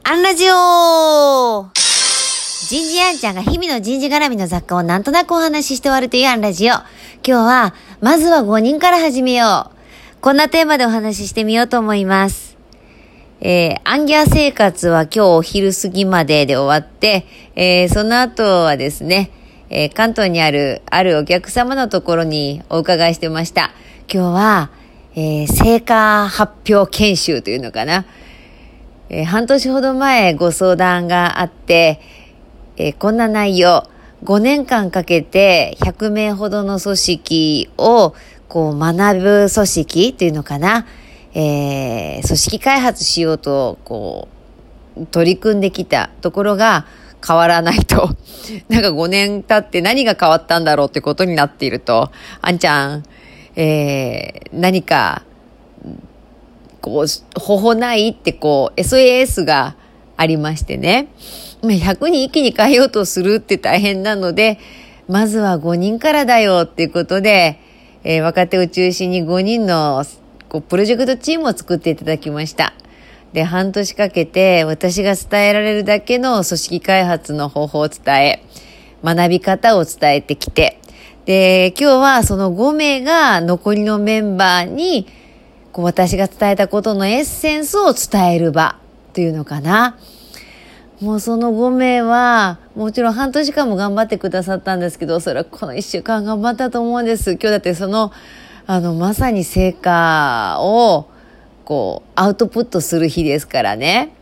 アンラジオ人事アンちゃんが日々の人事絡みの雑貨をなんとなくお話しして終わるというアンラジオ。今日は、まずは5人から始めよう。こんなテーマでお話ししてみようと思います。アンギャー生活は今日お昼過ぎまでで終わって、その後はですね、関東にあるお客様のところにお伺いしてました。今日は、成果発表研修というのかな。半年ほど前ご相談があって、こんな内容、5年間かけて100名ほどの組織を学ぶ組織っていうのかな、組織開発しようと取り組んできたところが変わらないとなんか5年経って何が変わったんだろうってことになっていると、あんちゃん、何か方法ないってSOS がありましてね。100人一気に変えようとするって大変なので、まずは5人からだよっていうことで、若手を中心に5人のプロジェクトチームを作っていただきました。で、半年かけて私が伝えられるだけの組織開発の方法を伝え、学び方を伝えてきて、で、今日はその5名が残りのメンバーに私が伝えたことのエッセンスを伝える場というのかな。もうその5名は、もちろん半年間も頑張ってくださったんですけど、おそらくこの1週間頑張ったと思うんです。今日だってまさに成果を、アウトプットする日ですからね。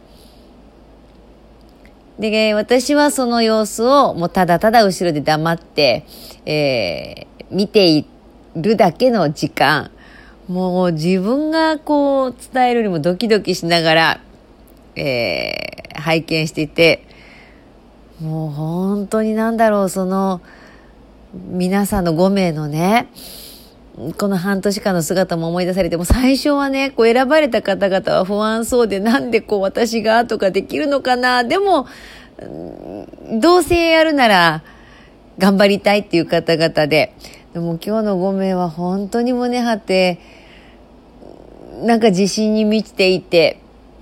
で、私はその様子をもうただただ後ろで黙って、見ているだけの時間。もう自分が伝えるよりもドキドキしながら、拝見していて、もう本当に皆さんの5名のね、この半年間の姿も思い出されて、も最初はね、選ばれた方々は不安そうで、なんで私がとかできるのかな、でも、どうせやるなら頑張りたいっていう方々で、でも今日の5名は本当に胸張って、なんか自信に満ちていて、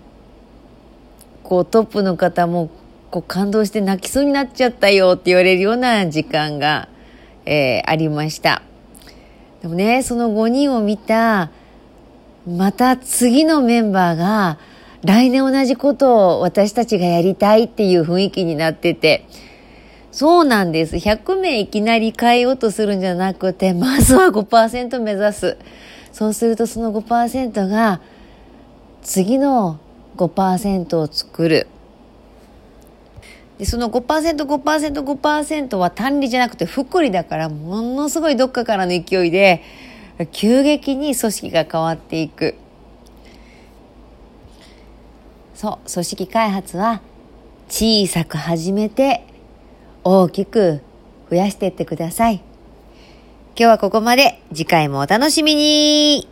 トップの方も感動して泣きそうになっちゃったよって言われるような時間が、ありました。でもね、その5人を見た、また次のメンバーが、来年同じことを私たちがやりたいっていう雰囲気になってて、そうなんです。100名いきなり変えようとするんじゃなくて、まずは 5% 目指す。そうするとその 5% が、次の5% を作る。で、その 5% は単利じゃなくて複利だから、ものすごいどっかからの勢いで、急激に組織が変わっていく。そう、組織開発は小さく始めて大きく増やしていってください。今日はここまで。次回もお楽しみに。